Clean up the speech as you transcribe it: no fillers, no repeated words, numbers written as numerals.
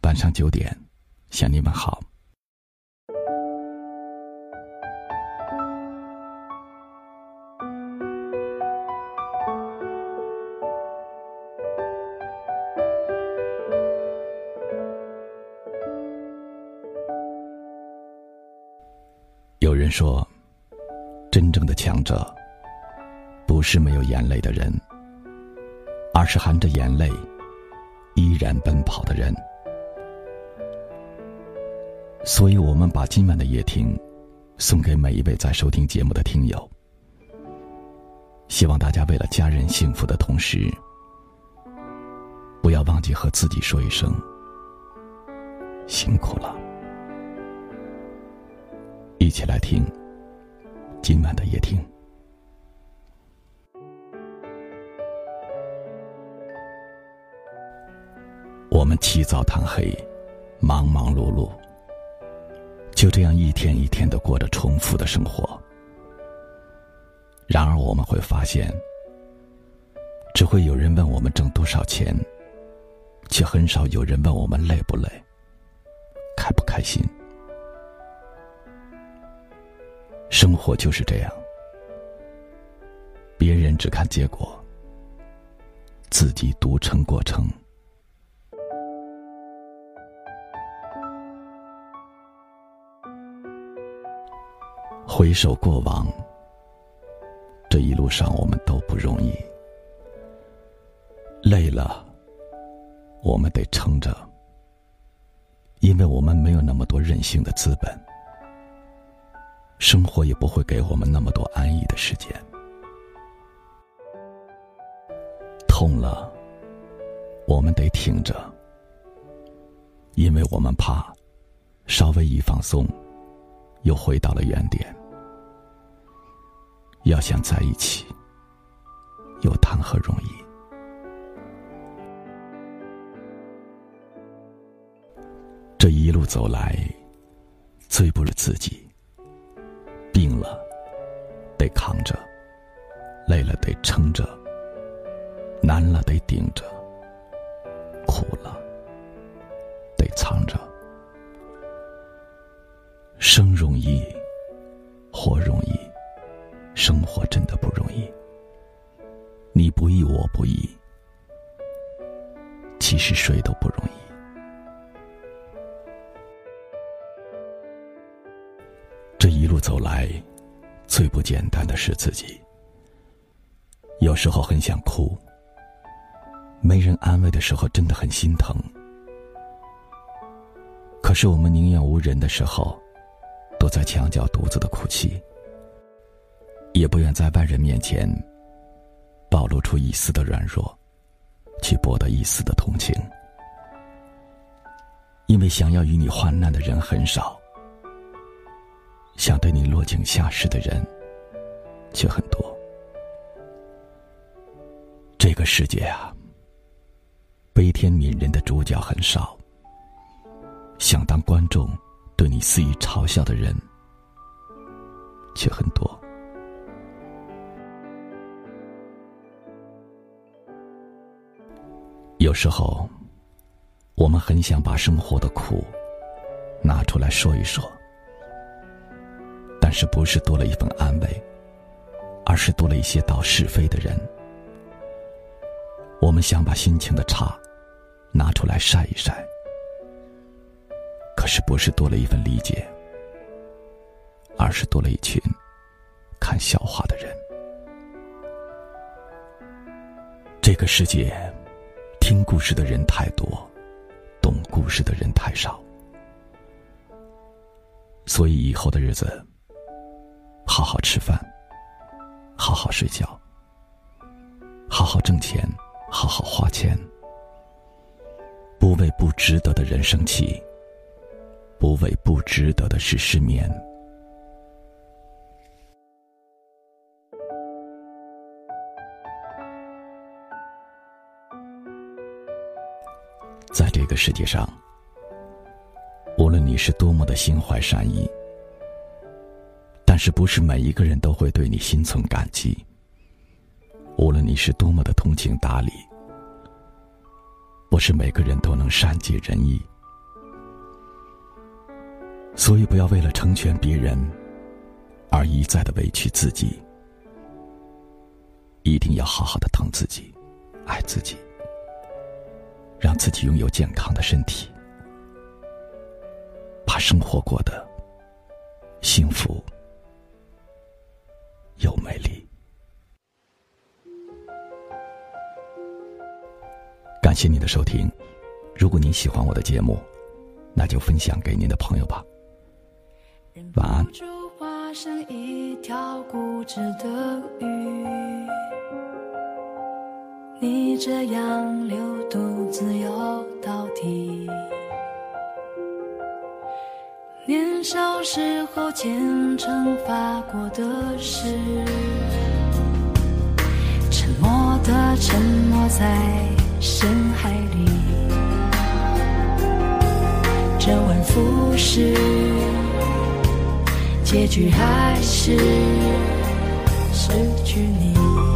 晚上9点向你们好。有人说，真正的强者不是没有眼泪的人，而是含着眼泪依然奔跑的人。所以我们把今晚的夜听送给每一位在收听节目的听友，希望大家为了家人幸福的同时，不要忘记和自己说一声辛苦了。一起来听今晚的夜听。我们起早贪黑，忙忙碌碌，就这样一天一天地过着重复的生活。然而我们会发现，只会有人问我们挣多少钱，却很少有人问我们累不累，开不开心。生活就是这样，别人只看结果，自己独撑过程。回首过往，这一路上我们都不容易，累了我们得撑着，因为我们没有那么多任性的资本，生活也不会给我们那么多安逸的时间。痛了我们得挺着，因为我们怕稍微一放松又回到了原点。要想在一起，又谈何容易？这一路走来，最不是自己。病了得扛着，累了得撑着，难了得顶着，苦了得藏着。生容易，活容易，生活真的不容易。你不易，我不易，其实谁都不容易。这一路走来，最不简单的是自己。有时候很想哭，没人安慰的时候真的很心疼。可是我们宁愿无人的时候躲在墙角独自的哭泣，也不愿在外人面前暴露出一丝的软弱，去博得一丝的同情。因为想要与你患难的人很少，想对你落井下石的人却很多。这个世界啊，悲天悯人的主角很少，想当观众对你肆意嘲笑的人却很多。有时候我们很想把生活的苦拿出来说一说，但是不是多了一份安慰，而是多了一些道是非的人。我们想把心情的差拿出来晒一晒，可是不是多了一份理解，而是多了一群看笑话的人。这个世界听故事的人太多，懂故事的人太少。所以以后的日子，好好吃饭，好好睡觉，好好挣钱，好好花钱，不为不值得的人生气，不为不值得的事失眠。在这个世界上，无论你是多么的心怀善意，但是不是每一个人都会对你心存感激。无论你是多么的通情达理，不是每个人都能善解人意， 所以不要为了成全别人而一再的委屈自己，一定要好好的疼自己，爱自己，让自己拥有健康的身体，把生活过得幸福又美丽。感谢您的收听，如果您喜欢我的节目，那就分享给您的朋友吧。晚安。 化成一条固执的鱼，你这样流独自游到底。年少时候虔诚发过的誓，沉默的沉没在深海里，周而复始，结局还是失去你。